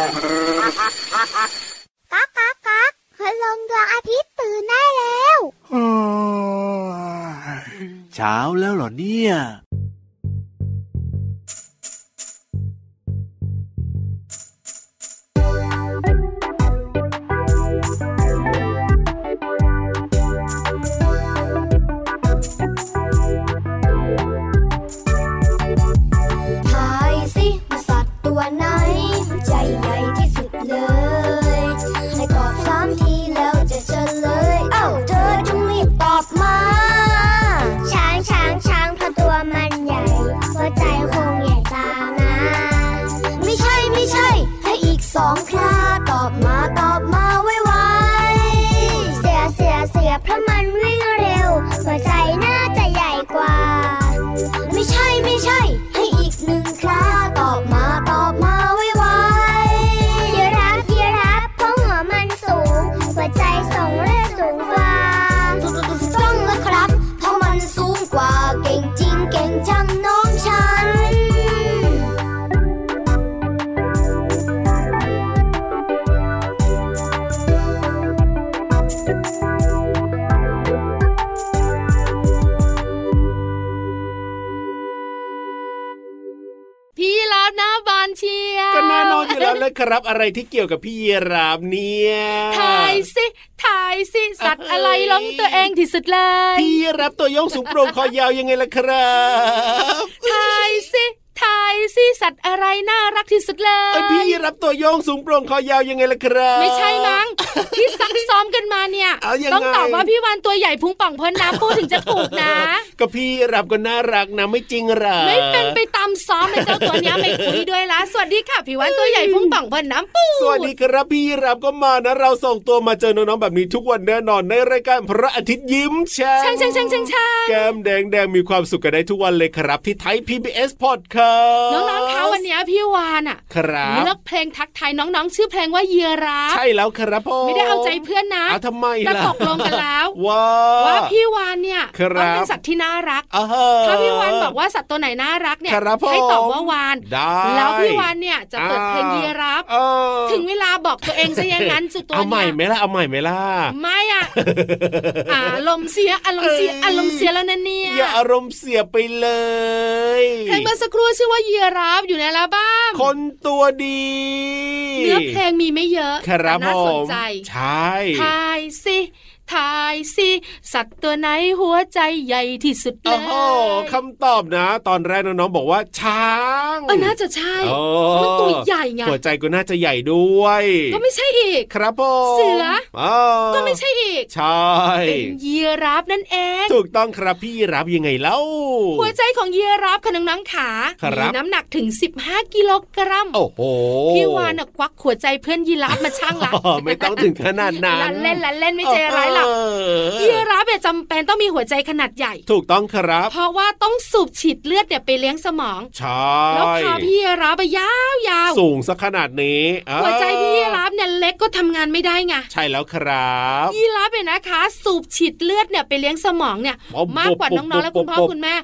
ก๊ากก๊ากก๊ากคืนลงดวงอาทิตย์ตื่นได้แล้วเช้าแล้วเหรอเนี่ย 2 คราตอบมาไวๆเสียเพราะมันวิ่งเร็วหัวใจน่าจะใหญ่กว่าไม่ใช่ให้อีก1 คราตอบมาไวๆยีราฟเพราะหัวมันสูงหัวใจส่งเลือดสูงกว่าต้องแล้วครับเพราะมันสูงกว่าเก่งจริงเก่งจังน้องฉันพี่รับนะบานเชียก็แน่นอนอยู่แล้วนะครับอะไรที่เกี่ยวกับพี่ยีราฟเนี่ยทายสิสัตว์อะไรล้มตัวเองที่สุดเลยพี่ยีราฟตัวโยงสูงโปร่งคอยาวยังไงล่ะครับทายสิสัตว์อะไรน่ารักที่สุดเลยพี่ยีราฟตัวโยงสูงโปร่งคอยาวยังไงล่ะครับไม่ใช่มั้งที่ซักซ้อมกันมาเนี่ยต้องตอบว่าพี่วานตัวใหญ่พุงป่องพ้นน้ำปูถึงจะถูกนะก็พี่ยีราฟก็น่ารักนะไม่จริงหรอไม่เป็นไปตามซ้อมเลยเจ้าตัวนี้ไม่คุยด้วยละสวัสดีค่ะพี่วานตัวใหญ่พุงป่องพ้นน้ำปูสวัสดีครับพี่ยีราฟก็มานะเราส่งตัวมาเจอน้องๆแบบนี้ทุกวันแน่นอนในรายการพระอาทิตย์ยิ้มแฉ่งแก้มแดงมีความสุขกันได้ทุกวันเลยครับที่ไทย PBS Podcast น้องๆคะวันนี้พี่วานอ่ะเลือกเพลงทักทายน้องๆชื่อเพลงว่ายีราฟใช่แล้วครับพ่อไม่ได้เอาใจเพื่อนนะทำไมล่ะตกลงกันแล้วว่าพี่วานเนี่ยต้องเป็นสัตว์ที่น่ารักถ้าพี่วานบอกว่าสัตว์ตัวไหนน่ารักเนี่ยให้ตอบว่าวานแล้วพี่วานเนี่ยจะเปิดเพลงยีราฟถึงเวลาบอกตัวเองซะอย่างนั้นสุดตัวเนี่ยเอาใหม่ไหมล่ะไม่อ่ะอารมณ์เสียแล้วนะเนี่ยอย่าอารมณ์เสียไปเลยเพลงเมื่อสักครู่ชื่อว่ายีราฟอยู่ในอัลบั้มคนตัวดีเนื้อเพลงมีไม่เยอะน่าสนใจใช่ทายสิสัตว์ตัวไหนหัวใจใหญ่ที่สุดเลยคำตอบนะตอนแรกน้องๆบอกว่าช้างน่าจะใช่มันตัวใหญ่ไงหัวใจก็น่าจะใหญ่ด้วยก็ไม่ใช่อีกครับผมเสือก็ไม่ใช่อีกใช่เป็นยีราฟนั่นเองถูกต้องครับพี่ยีราฟยังไงเล่าหัวใจของยีราฟขนมขามีน้ำหนักถึง15 กิโลกรัมโอ้โหพี่วานควักหัวใจเพื่อนยีราฟมาชั่งละไม่ต้องถึงขนาดนั้นเล่นไม่ใจร้ายยีราฟจำเป็นต้องมีหัวใจขนาดใหญ่ถูกต้องครับเพราะว่าต้องสูบฉีดเลือดไปเลี้ยงสมองใช่แล้วขาพี่ยีราฟยาวสูงสักขนาดนี้หัวใจพี่ยีราฟเนี่ยเล็กก็ทำงานไม่ได้ไงใช่แล้วครับยีราฟเนี่ยนะคะสูบฉีดเลือดไปเลี้ยงสมองเนี่ยมากกว่าน้องๆและคุณพ่อคุณแม่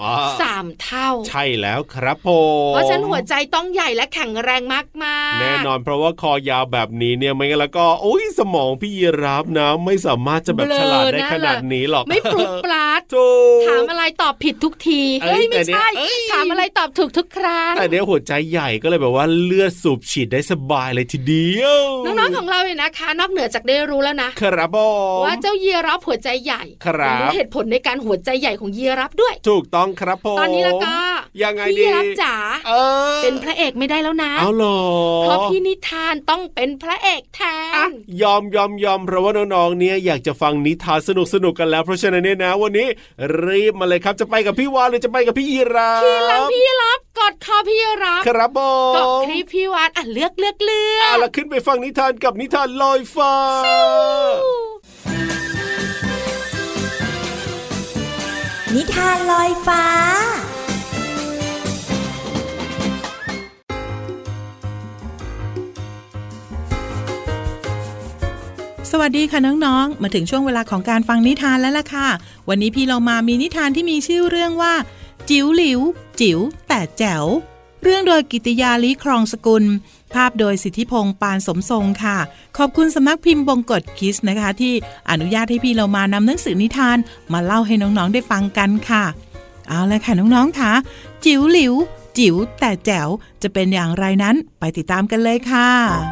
3 เท่าใช่แล้วครับผมเพราะฉะนั้นหัวใจต้องใหญ่และแข็งแรงมากๆแน่นอนเพราะว่าคอยาวแบบนี้เนี่ยไม่งั้นแล้วก็สมองพี่ยีราฟนะไม่สามารถจะแบบฉลาดได้ขนาดนี้หรอกไม่ปลุกปลาดถามอะไรตอบผิดทุกทีไม่ใช่ถามอะไรตอบถูกทุกครั้งแต่เดี๋ยวหัวใจใหญ่ก็เลยแบบว่าเลือดสูบฉีดได้สบายเลยทีเดียวน้องๆของเราเนี่ยนะคะนอกเหนือจากได้รู้แล้วนะครับว่าเจ้ายีราฟหัวใจใหญ่รู้เหตุผลในการหัวใจใหญ่ของยีราฟด้วยถูกต้องครับผมตอนนี้แล้วก็ยังไงดียีราฟจ๋าเป็นพระเอกไม่ได้แล้วนะเอาหรอเพราะพี่นิทานต้องเป็นพระเอกแทนยอมเพราะว่าน้องๆเนี่ยอยากจะฟังนิทานสนุกกันแล้วเพราะฉะนั้นเนี่ยนะวันนี้รีบมาเลยครับจะไปกับพี่วานหรือจะไปกับพี่ยีราฟพี่ยีราฟกอดคอพี่ยีราฟครับผมกอดพี่วานเลือกแล้วขึ้นไปฟังนิทานกับนิทานลอยฟ้านิทานลอยฟ้าสวัสดีค่ะน้องๆมาถึงช่วงเวลาของการฟังนิทานแล้วล่ะค่ะวันนี้พี่เรามามีนิทานที่มีชื่อเรื่องว่าจิ๋วหลิวจิ๋วแต่แจ๋วเรื่องโดยกิตติยา ลีครองสกุลภาพโดยสิทธิพงษ์ปานสมทรงค่ะขอบคุณสำนักพิมพ์บงกฎคิสนะคะที่อนุญาตให้พี่เรามานำหนังสือนิทานมาเล่าให้น้องๆได้ฟังกันค่ะเอาละค่ะน้องๆค่ะจิ๋วหลิวจิ๋วแต่แจ๋วจะเป็นอย่างไรนั้นไปติดตามกันเลยค่ะ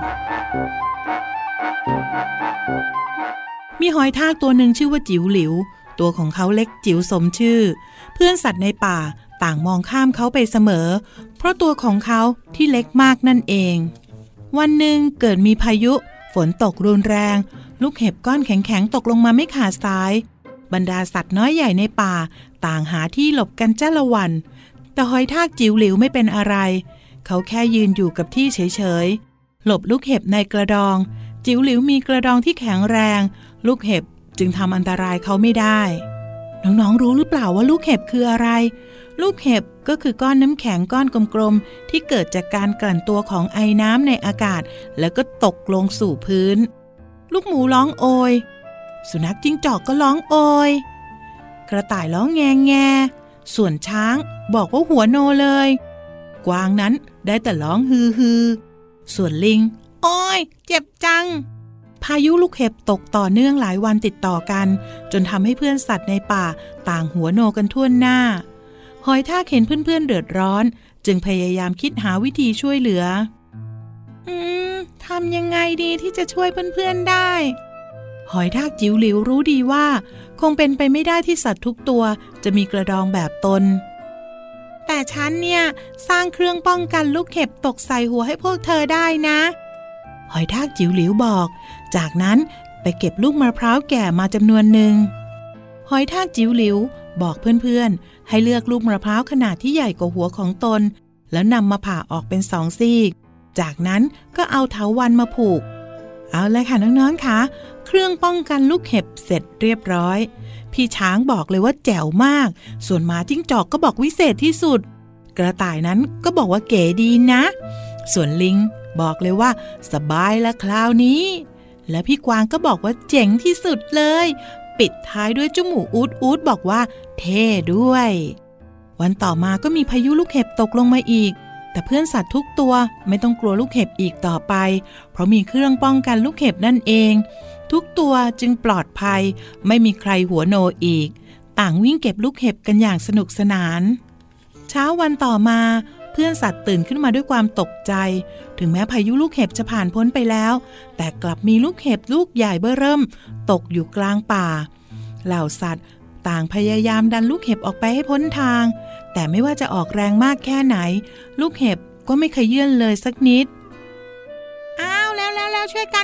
มีหอยทากตัวหนึ่งชื่อว่าจิ๋วหลิวตัวของเขาเล็กจิ๋วสมชื่อเพื่อนสัตว์ในป่าต่างมองข้ามเขาไปเสมอเพราะตัวของเขาที่เล็กมากนั่นเองวันหนึ่งเกิดมีพายุฝนตกรุนแรงลูกเห็บก้อนแข็งๆตกลงมาไม่ขาดสายบรรดาสัตว์น้อยใหญ่ในป่าต่างหาที่หลบกันจ้าละวันแต่หอยทากจิ๋วหลิวไม่เป็นอะไรเขาแค่ยืนอยู่กับที่เฉยๆหลบลูกเห็บในกระดองจิ๋วหลิวมีกระดองที่แข็งแรงลูกเห็บจึงทำอันตรายเขาไม่ได้น้องๆรู้หรือเปล่าว่าลูกเห็บคืออะไรลูกเห็บก็คือก้อนน้ำแข็งก้อนกลมๆที่เกิดจากการกลั่นตัวของไอน้ำในอากาศแล้วก็ตกลงสู่พื้นลูกหมูร้องโอยสุนัขจิ้งจอกก็ร้องโอยกระต่ายร้องแงแงส่วนช้างบอกว่าหัวโนเลยกวางนั้นได้แต่ร้องฮือฮือส่วนลิงโอ้ยเจ็บจังพายุลูกเห็บตกต่อเนื่องหลายวันติดต่อกันจนทำให้เพื่อนสัตว์ในป่าต่างหัวโนกันทั่วหน้าหอยทากเห็นเพื่อนๆเดือดร้อนจึงพยายามคิดหาวิธีช่วยเหลือทำยังไงดีที่จะช่วยเพื่อนๆได้หอยทากจิ๋วหลิวรู้ดีว่าคงเป็นไปไม่ได้ที่สัตว์ทุกตัวจะมีกระดองแบบตนแต่ฉันเนี่ยสร้างเครื่องป้องกันลูกเห็บตกใส่หัวให้พวกเธอได้นะหอยทากจิ๋วหลิวบอกจากนั้นไปเก็บลูกมะพร้าวแก่มาจำนวนหนึ่งหอยทากจิ๋วหลิวบอกเพื่อนๆให้เลือกลูกมะพร้าวขนาดที่ใหญ่กว่าหัวของตนแล้วนำมาผ่าออกเป็น2 ซีกจากนั้นก็เอาเถาวัลย์มาผูกเอาเลยค่ะน้องๆค่ะเครื่องป้องกันลูกเห็บเสร็จเรียบร้อยพี่ช้างบอกเลยว่าแจ๋วมากส่วนหมาจิ้งจอกก็บอกวิเศษที่สุดกระต่ายนั้นก็บอกว่าเก๋ดีนะส่วนลิงบอกเลยว่าสบายละคราวนี้และพี่กวางก็บอกว่าเจ๋งที่สุดเลยปิดท้ายด้วยเจ้าหมูอูดบอกว่าเท่ด้วยวันต่อมาก็มีพายุลูกเห็บตกลงมาอีกแต่เพื่อนสัตว์ทุกตัวไม่ต้องกลัวลูกเห็บอีกต่อไปเพราะมีเครื่องป้องกันลูกเห็บนั่นเองทุกตัวจึงปลอดภัยไม่มีใครหัวโนอีกต่างวิ่งเก็บลูกเห็บกันอย่างสนุกสนานเช้าวันต่อมาเพื่อนสัตว์ตื่นขึ้นมาด้วยความตกใจถึงแม้พายุลูกเห็บจะผ่านพ้นไปแล้วแต่กลับมีลูกเห็บลูกใหญ่เบ้อเริ่มตกอยู่กลางป่าเหล่าสัตว์ต่างพยายามดันลูกเห็บออกไปให้พ้นทางแต่ไม่ว่าจะออกแรงมากแค่ไหนลูกเห็บก็ไม่เคยเยื่อนเลยสักนิดอ้าวแล้วช่วยกัน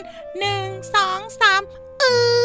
1 2 3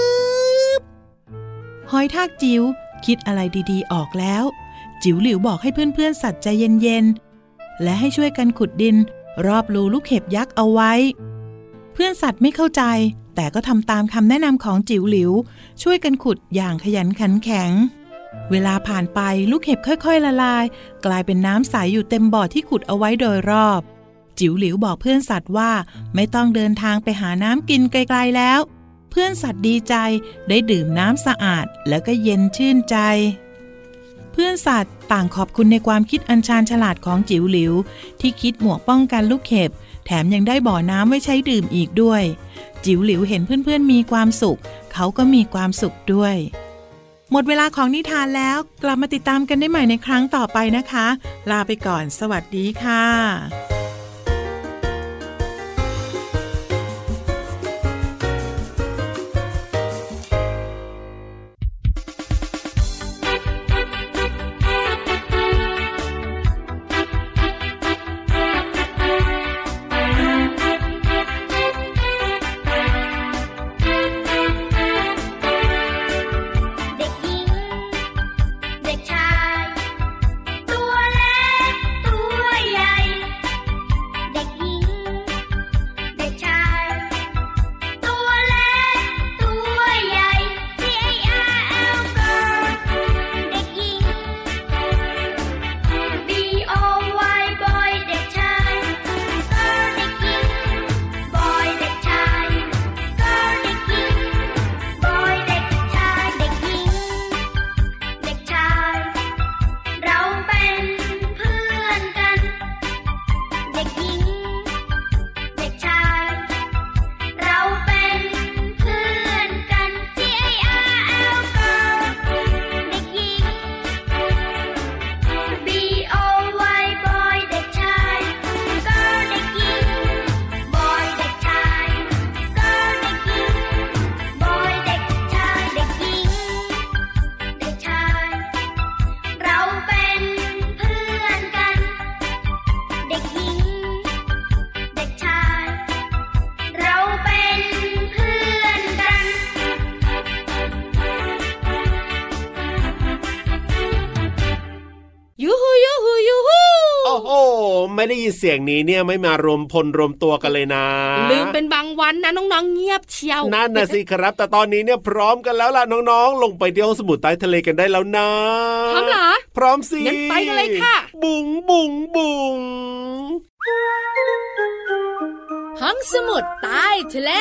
หอยทากจิ๋วคิดอะไรดีๆออกแล้วจิ๋วหลิวบอกให้เพื่อนๆสัตว์ใจเย็นๆและให้ช่วยกันขุดดินรอบรูลูกเห็บยักษ์เอาไว้เพื่อนสัตว์ไม่เข้าใจแต่ก็ทำตามคำแนะนำของจิ๋วหลิวช่วยกันขุดอย่างขยันขันแข็งเวลาผ่านไปลูกเห็บค่อยๆละลายกลายเป็นน้ำใสอยู่เต็มบ่อที่ขุดเอาไว้โดยรอบจิ๋วหลิวบอกเพื่อนสัตว์ว่าไม่ต้องเดินทางไปหาน้ำกินไกลๆแล้วเพื่อนสัตว์ดีใจได้ดื่มน้ำสะอาดแล้วก็เย็นชื่นใจเพื่อนสัตว์ต่างขอบคุณในความคิดอันชาญฉลาดของจิ๋วหลิวที่คิดหมวกป้องกันลูกเห็บแถมยังได้บ่อน้ำไว้ใช้ดื่มอีกด้วยจิ๋วหลิวเห็นเพื่อนๆมีความสุขเขาก็มีความสุขด้วยหมดเวลาของนิทานแล้วกลับมาติดตามกันได้ใหม่ในครั้งต่อไปนะคะลาไปก่อนสวัสดีค่ะตัวเล็กตัวใหญ่ไม่ได้ยินเสียงนี้เนี่ยไม่มารวมตัวกันเลยนะลืมเป็นบางวันนะน้องๆเงียบเชียวนั่นน่ะสิครับแต่ตอนนี้เนี่ยพร้อมกันแล้วล่ะน้องๆลงไปที่ห้องสมุดใต้ทะเลกันได้แล้วนะพร้อมเหรอพร้อมสิงั้นไปกันเลยค่ะบุ๋งบุ๋งบุ๋งห้องสมุดใต้ทะเล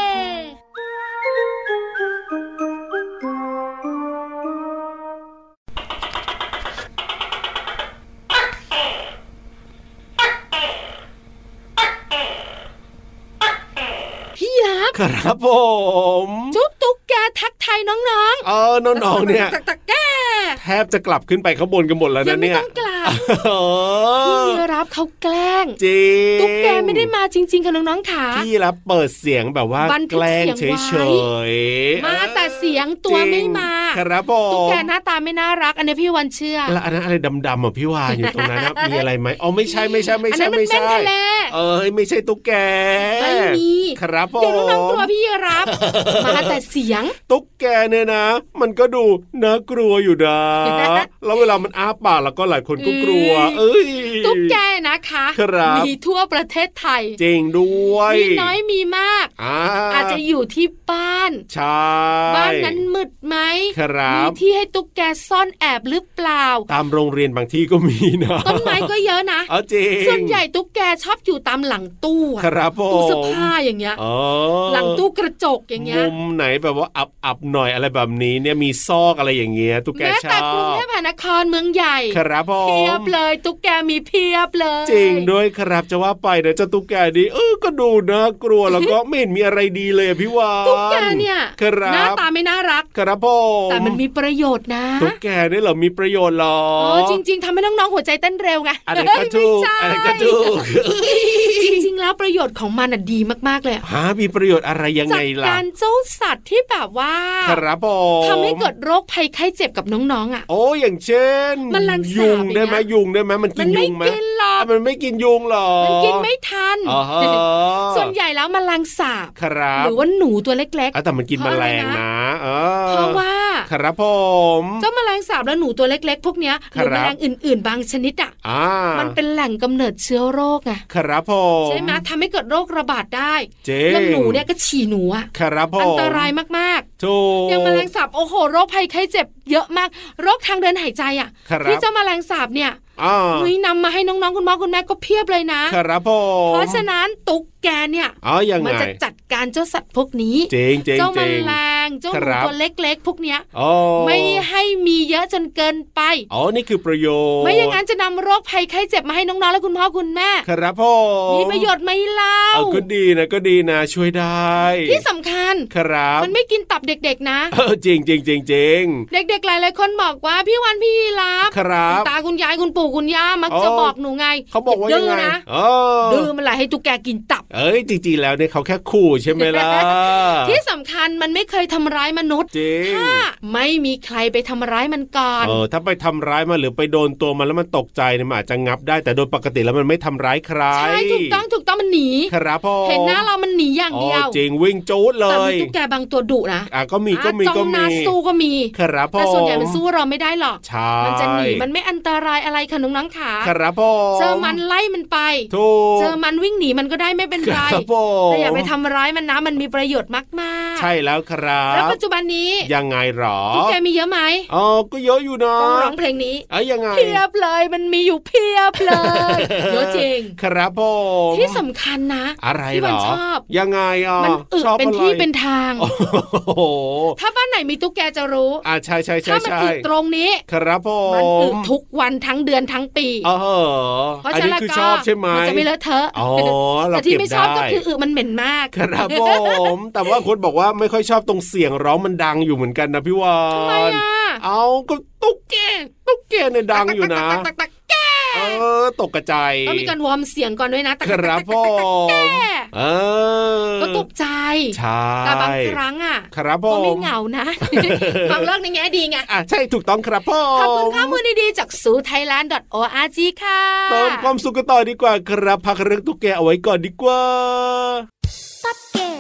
ครับผมจุ๊บตุ๊กแกทักทายน้องๆน้องๆเนี่ยตักแกแทบจะกลับขึ้นไปข้างบนกันหมดแล้วนะเนี่ยยังไม่ต้องกลับพี่รับเขาแกล้งจริงตุ๊กแกไม่ได้มาจริงๆค่ะน้องๆค่ะพี่รับเปิดเสียงแบบว่าแกล้งเฉยๆมาแต่เสียงตัวไม่มาครับผมตุ๊กแกหน้าตาไม่น่ารักอันนี้พี่วันเชื่อแล้วอันนั้นอะไรดำๆอ่ะพี่วานอยู่ตรงนั้นมีอะไรไหมไม่ใช่ไม่ใช่ไม่ใช่ไม่ใช่ไม่ใช่ตุ๊กแกไม่มีครับผมเดี๋ยวน้องๆกลัวพี่รับมาแต่เสียงตุ๊กแกเนี่ยนะมันก็ดูน่ากลัวอยู่นะแล้วเวลามันอ้าปากแล้วก็หลายคนก็กลัวตุ๊กแกนะคะมีทั่วประเทศไทยจริงด้วยมีน้อยมีมากอาจจะอยู่ที่บ้านใช่บ้านนั้นมืดไหมมีที่ให้ตุ๊กแกซ่อนแอบหรือเปล่าตามโรงเรียนบางที่ก็มีนะต้นไม้ก็เยอะนะจริงส่วนใหญ่ตุ๊กแกชอบอยู่ตามหลังตู้ตู้เสื้อผ้าอย่างเงี้ยหลังตู้กระจกอย่างเงี้ยมุมไหนแบบว่าอับหน่อยอะไรแบบนี้เนี่ยมีซอกอะไรอย่างเงี้ยตุ๊กแกชอบแม้แต่กรุงเทพมหานครเมืองใหญ่ครับผมเพียบเลยตุ๊กแกมีเพียบเลยจริงด้วยครับจะว่าไปนะเจ้าตุ๊กแกนี่ก็ดูน่ากลัวแล้วก็ไม่เห็นมีอะไรดีเลยพี่วานตุ๊กแกเนี่ยหน้าตาไม่น่ารักครับผมแต่มันมีประโยชน์นะตุ๊กแกนี่เหรอมีประโยชน์หรอจริงๆทำให้น้องๆหัวใจเต้นเร็วไงอะไรก็ถูกอะไรก็ถูกจริงๆแล้วประโยชน์ของมันดีมากๆเลยมีประโยชน์อะไรยังไงล่ะจัดการเจ้าสัตว์ที่แบบว่าครับผมทำให้เกิดโรคภัยไข้เจ็บกับน้องๆอย่างเช่นยุงได้ไหมยุงได้ไหมมันกินยุงไหมมันไม่กินยุงหรอมันกินไม่ทันส่วนใหญ่แล้วแมลงสาบหรือว่าหนูตัวเล็กๆแต่มันกินแมลงนะเพราะว่าครับผมเจ้าแมลงสาบและหนูตัวเล็กๆพวกเนี้ยหรือแมลงอื่นๆบางชนิดมันเป็นแหล่งกำเนิดเชื้อโรคไงครับผมใช่ไหมทำให้เกิดโรคระบาดได้อย่างหนูเนี่ยก็ฉี่หนูอันตรายมากๆอย่างแมลงสาบโอ้โหโรคภัยไข้เจ็บเยอะมากโรคทางเดินหายใจที่เจ้าแมลงสาบเนี่ยนำมาให้น้องๆคุณพ่อคุณแม่ก็เพียบเลยนะครับผมเพราะฉะนั้นตุ๊กแกเนี่ยมันจะจัดการเจ้าสัตว์พวกนี้เจ้าแมลงเจ้าหนูตัวเล็กๆพวกเนี้ยไม่ให้มีเยอะจนเกินไปนี่คือประโยชน์ไม่อย่างนั้นจะนำโรคภัยไข้เจ็บมาให้น้องๆและคุณพ่อคุณแม่ครับผมมีประโยชน์ไหมเล่าก็ดีนะช่วยได้ที่สำคัญครับมันไม่กินตับเด็กๆนะจริงเด็กๆหลายๆคนบอกว่าพี่วันพี่รับตาคุณยายคุณปู่คุณย่ามักจะบอกหนูไงเขาบอกว่ายังไงนะดื้อมันอะไรให้ตุ๊กแกกินตับจริงๆแล้วเนี่ยเขาแค่ขู่ใช่ไหมล่ะที่สำคัญมันไม่เคยทำร้ายมนุษย์ถ้าไม่มีใครไปทำร้ายมันก่อนถ้าไปทำร้ายมันหรือไปโดนตัวมันแล้วมันตกใจเนี่ยมันอาจจะงับได้แต่โดยปกติแล้วมันไม่ทำร้ายใครใช่ถูกต้องมันหนีครับพ่อเห็นหน้าเรามันหนีอย่างเดียวจริงวิ่งจู๊ดเลยแต่ตุ๊กแกบางตัวดุนะก็มีจ้องหน้าสู้ก็มีครับพ่อแต่ส่วนใหญ่มันสู้เราไม่ได้หรอกมันจะหนีมันไม่อันตรายอะไรค่ะน้องๆขาครับพ่อเจอมันไล่มันไปเจอมันวิ่งหนีมันก็ได้ไม่เป็นไรแต่อย่าไปทำร้ายมันนะมันมีประโยชน์มากๆใช่แล้วครับแล้วปัจจุบันนี้ยังไงหรอตุ๊กแกมีเยอะไหมก็เยอะอยู่นะต้องร้องเพลงนี้ยังไงเพียบเลยมันมีอยู่เพียบเลยเยอะจริงครับผมที่สำคัญนะอะไรหรอชอบยังไงมันเป็นที่เป็นทางถ้าบ้านไหนมีตุ๊กแกจะรู้ใช่ถ้ามันอึตรงนี้ครับผมมันอึทุกวันทั้งเดือนทั้งปีเพราะฉะนั้นคือชอบใช่ไหมมันจะไม่เลอะเทอะแต่ที่ไม่ชอบก็คือมันเหม็นมากครับผมแต่ว่าคนบอกว่าไม่ค่อยชอบตรงเสียงร้องมันดังอยู่เหมือนกันนะพี่วานทำไมก็ตุ๊กแกเนี่ยดังอยู่นะตกกระจายต้องมีการวอร์มเสียงก่อนด้วยนะครับผมก็ตกใจแต่บางครั้งก็ไม่เหงานะบางเรื่องในแง่ดีไงใช่ถูกต้องครับพ่อขอบคุณข้อมูลดีๆจากsuthailand.org ค่ะเติมความสุขกันต่อดีกว่าครับพักเรื่องตุ๊กแกเอาไว้ก่อนดีกว่าตับแก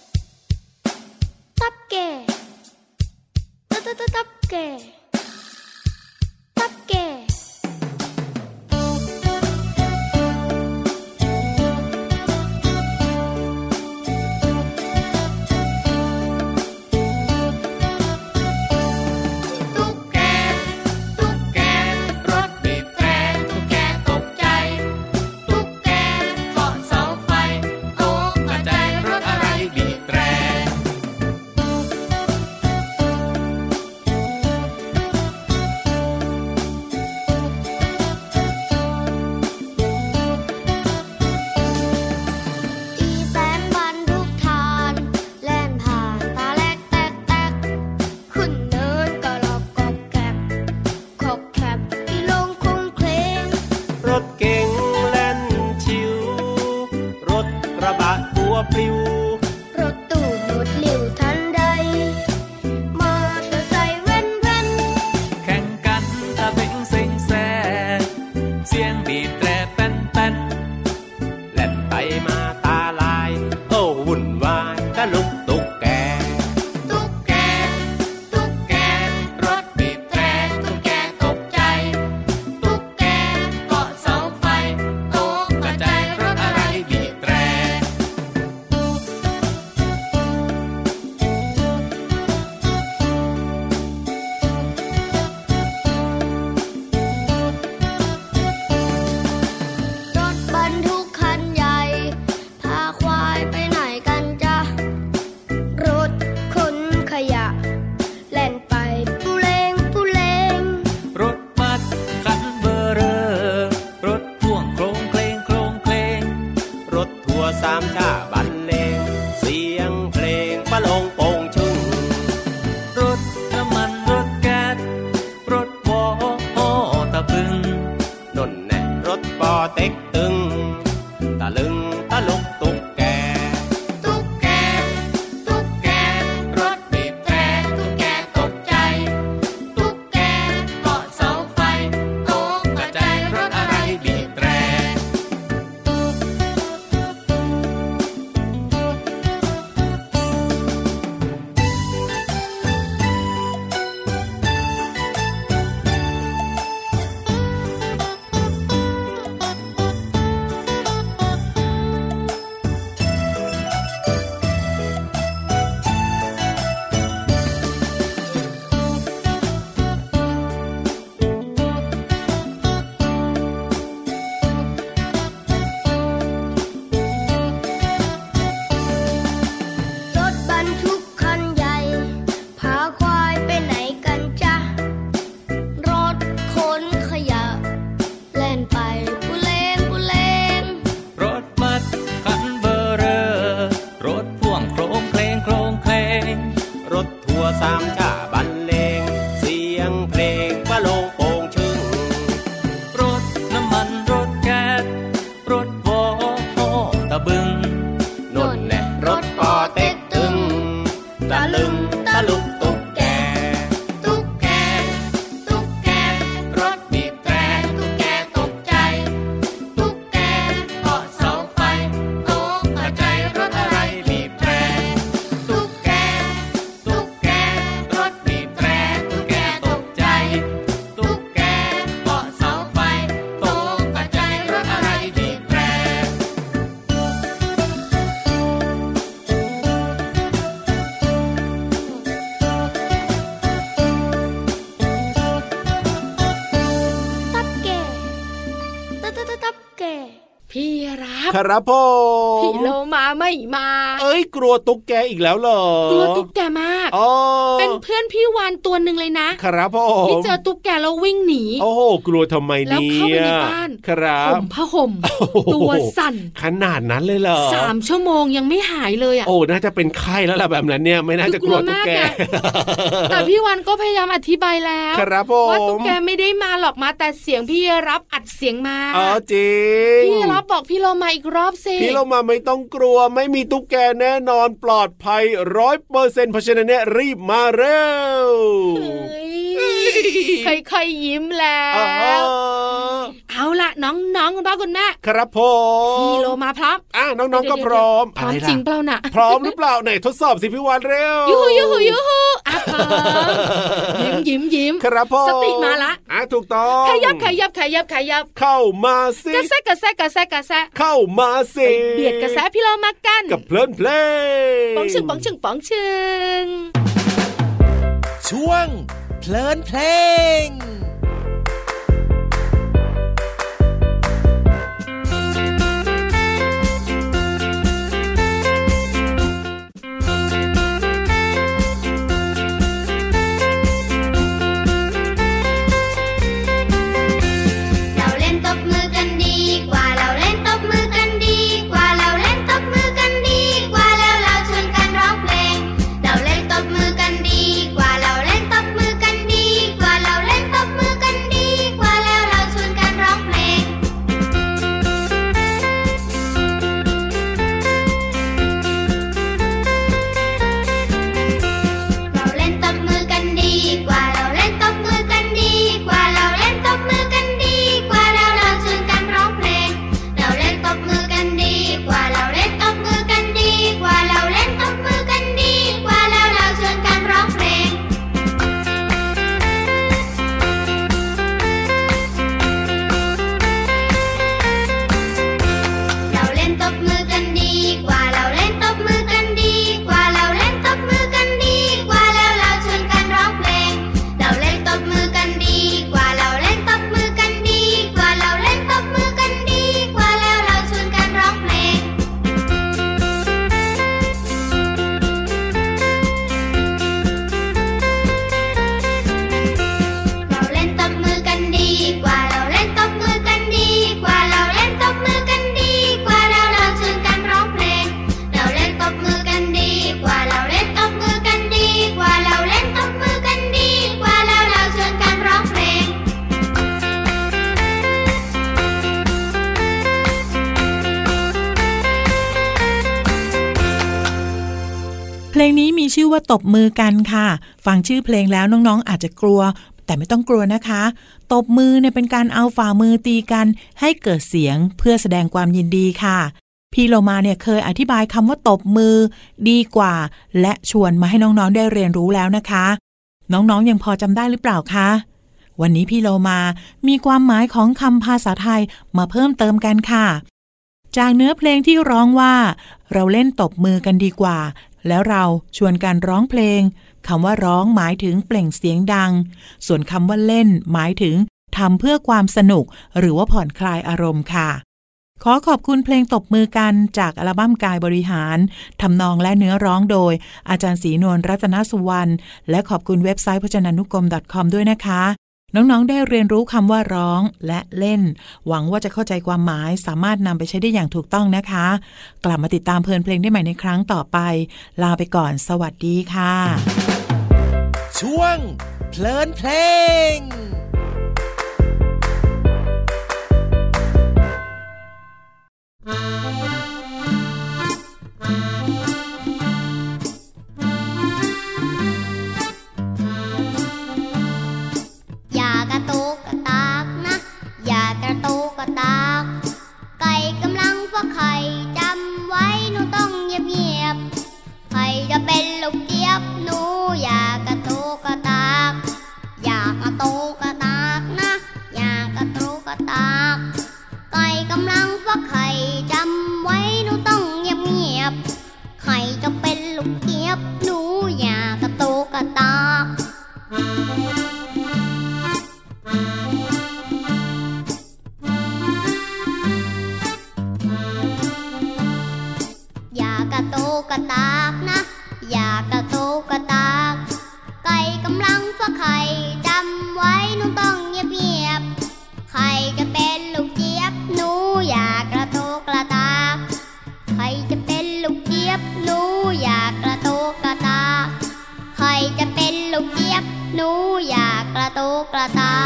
ตับแกตับแกตับแกตัวปลิวรถตู้หมุดหลิวทันใดมอเตอร์ไซค์แว่นแข่งกันตะเพ็งเซ็งแซ่เสียงบีบแตรแป้นแป้นแล่นไปมาตาลายโอ้วุ่นวายตะลุกตุ๊กแกตุ๊กแกตุ๊กแกรถบีบแตรตุ๊กแกตกใจตุ๊กแกเกาะเสาไฟตกกระจายรถอะไรบีบแตรรถบรรทุกคันใหญ่พาควายไปไหนกันจ๊ะรถขนขยะแล่นไปปูเลงปูเลงรถบัสคันเบอร์เรอรถพ่วงโครงเคลงโครงเคลงรถทัวร์สามชาบรรเลงเสียงเพลงปะโลงโป่งชึ่งรถน้ำมันรถแก๊สรถวอตะบึงนนแน่รถปอเต็กตึงตะลึงตะลุกตุ๊กแกตุ๊กแกตุ๊กแกรถบีบแตรตุ๊กแกตกใจตุ๊กแกเกาะเสาไฟตกกระจายรถอะไรบีบแตรรถบรรทุกคันใหญ่พาควายไปไหนกันจ๊ะรถขนขยะแล่นไปปูเลงปูเลงรถบัสคันเบอร์เรอรถพ่วงโครงเคลงโครงเคลงรถทัวร์สามชาบรรเลงเสียงเพลงปะโลงโป่งชึ่งรถน้ำมันรถแก๊สรถวอตะบึงนนแน่รถปอเต็กตึงตะลึงตะลุกตุ๊กแกตุ๊กแกตุ๊กแกรถบีบแตรตุ๊กแกตกใจตุ๊กแกเกาะเสาไฟตกกระจายรถอะไรบีบแตรตุ๊กแกตุ๊กแกรถบีบแตรตุ๊กแกตกใจตุ๊กแกเกาะเสาไฟตกกระจายรถอะไรบีบแตรตับแก่ตับแก่พี่รับครับพ่อพี่โลมาไม่มาเอ้ยกลัวตุ๊กแกอีกแล้วเหรอกลัวตุ๊กแกมากเป็นเพื่อนพี่วานตัวนึงเลยนะครับพ่อที่เจอตุ๊กแกแล้ววิ่งหนีโอ้โหกลัวทำไมเนี่ยแล้วเข้าไปในบ้านครับห่มผ้าห่มตัวสั่นขนาดนั้นเลยเหรอ 3 ชั่วโมงยังไม่หายเลยโอ้น่าจะเป็นไข้แล้วล่ะแบบนั้นเนี่ยไม่น่าจะกลัวตุ๊กแกแต่พี่วานก็พยายามอธิบายแล้วว่าตุ๊กแกไม่ได้มาหรอกมาแต่เสียงพี่รับอัดเสียงมาจริงพี่รับบอกพี่โลมาอีกรอบสิพี่โลมาไม่ต้องกลัวไม่มีตุ๊กแกแน่นอนปลอดภัย 100% เพราะฉะนั้นเนี่ยรีบมาเร็วค่อยๆยิ้มแล้วเอาล่ะน้องๆคุณพ่อคุณแม่ครับผมพี่โลมาพร้อมน้องๆก็พร้อมพร้อมจริงเปล่าน่ะพร้อมหรือเปล่าไหนทดสอบสิพี่วานเร็วยูฮูยิ้มครับพ่อสติมาละถูกต้องขยับเข้ามาสิกระแซะเข้ามาสิเบียดกระแซะพี่โลมากันกับเพลินเพลงป๋องชึงช่วงเพลินเพลงตบมือกันดีกว่าเราเล่นตบมือกันดีกว่าเราเล่นตบมือเพลงนี้มีชื่อว่าตบมือกันค่ะฟังชื่อเพลงแล้วน้องๆอาจจะกลัวแต่ไม่ต้องกลัวนะคะตบมือเนี่ยเป็นการเอาฝ่ามือตีกันให้เกิดเสียงเพื่อแสดงความยินดีค่ะพี่โลมาเนี่ยเคยอธิบายคำว่าตบมือดีกว่าและชวนมาให้น้องๆได้เรียนรู้แล้วนะคะน้องๆยังพอจำได้หรือเปล่าคะวันนี้พี่โลมามีความหมายของคำภาษาไทยมาเพิ่มเติมกันค่ะจากเนื้อเพลงที่ร้องว่าเราเล่นตบมือกันดีกว่าแล้วเราชวนกันร้องเพลงคำว่าร้องหมายถึงเปล่งเสียงดังส่วนคำว่าเล่นหมายถึงทำเพื่อความสนุกหรือว่าผ่อนคลายอารมณ์ค่ะขอขอบคุณเพลงตบมือกันจากอัลบั้มกายบริหารทำนองและเนื้อร้องโดยอาจารย์ศรีนวลรัตนสุวรรณและขอบคุณเว็บไซต์พจนานุกรม .com ด้วยนะคะน้องๆได้เรียนรู้คำว่าร้องและเล่นหวังว่าจะเข้าใจความหมายสามารถนำไปใช้ได้อย่างถูกต้องนะคะกลับมาติดตามเพลินเพลงได้ใหม่ในครั้งต่อไปลาไปก่อนสวัสดีค่ะช่วงเพลินเพลงอย่ากระตุกกระตากนะอย่ากระตุกกระตากไก่กำลังฟักไข่จำไว้หนูต้องเงียบๆไข่จะเป็นลูกเจี๊ยบหนูอย่ากระตุกกระตากอย่ากระตุกกระตากนะอย่ากระตุกกระตากไก่กำลังฟักไข่จำไว้หนูต้องเงียบๆไข่จะเป็นลูกเจี๊ยบหนูอย่ากระตุกกระตากอย่ากระตุกกระตากนะอย่ากระตุกกระตากไก่กำลังฟักไข่จำไว้หนูต้องเงียบๆไข่จะเป็นลูกเจี๊ยบหนูอย่ากระตุกกระตากไข่จะเป็นลูกเจี๊ยบหนูอย่ากระตุกกระตากไข่จะเป็นลูกเจี๊ยบหนูอย่ากระตุกกระตาก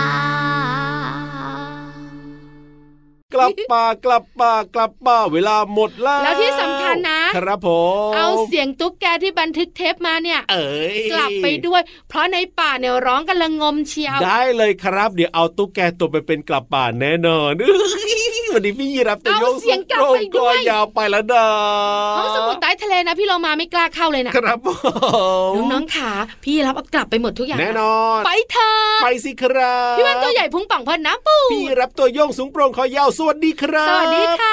กลับป่าเวลาหมดแล้วที่สำคัญนะครับผมเอาเสียงตุ๊กแกที่บันทึกเทปมาเนี่ยกลับไปด้วยเพราะในป่าเนี่ยร้องกันละงมเชียวได้เลยครับเดี๋ยวเอาตุ๊กแกตัวไปเป็นกลับป่าแน่นอนวันนี้พี่ยีรับตัวโยกสุดโปร่งคอยาวไปแล้วนะห้องสมุดใต้ทะเลนะพี่โลมาไม่กล้าเข้าเลยนะครับน้องๆขาพี่รับเอากลับไปหมดทุกอย่างแน่นอนไปเถอะไปสิครับพี่วันตัวใหญ่พุงป่องพอน้ำปูพี่รับตัวโยงสูงโปร่งคอยาวสวัสดีครับสวัสดีค่ะ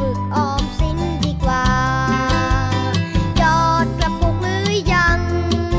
ยอดกระปุกหรือยัง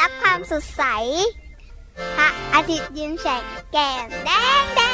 รับความสดใสพระอาทิตย์ยิ้มแฉกแก้มแดง